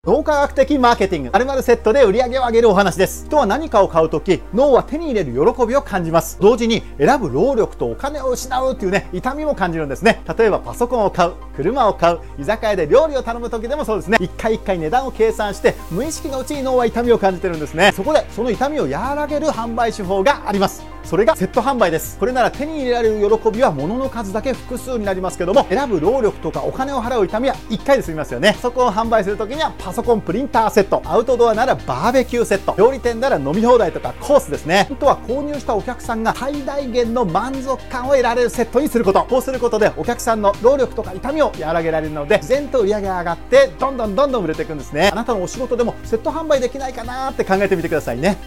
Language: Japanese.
脳科学的マーケティング〇〇セットで売り上げを上げるお話です。人は何かを買うとき、脳は手に入れる喜びを感じます。同時に選ぶ労力とお金を失うというね、痛みも感じるんですね。例えばパソコンを買う、車を買う、居酒屋で料理を頼むときでもそうですね。一回一回値段を計算して無意識のうちに脳は痛みを感じてるんですね。そこでその痛みを和らげる販売手法があります。それがセット販売です。これなら手に入れられる喜びは物の数だけ複数になりますけども、選ぶ労力とかお金を払う痛みは1回で済みますよね。パソコンを販売するときにはパソコンプリンターセット、アウトドアならバーベキューセット、料理店なら飲み放題とかコースですね。本当は購入したお客さんが最大限の満足感を得られるセットにすること。こうすることでお客さんの労力とか痛みを和らげられるので、自然と売り上げが上がってどんどん売れていくんですね。あなたのお仕事でもセット販売できないかなって考えてみてくださいね。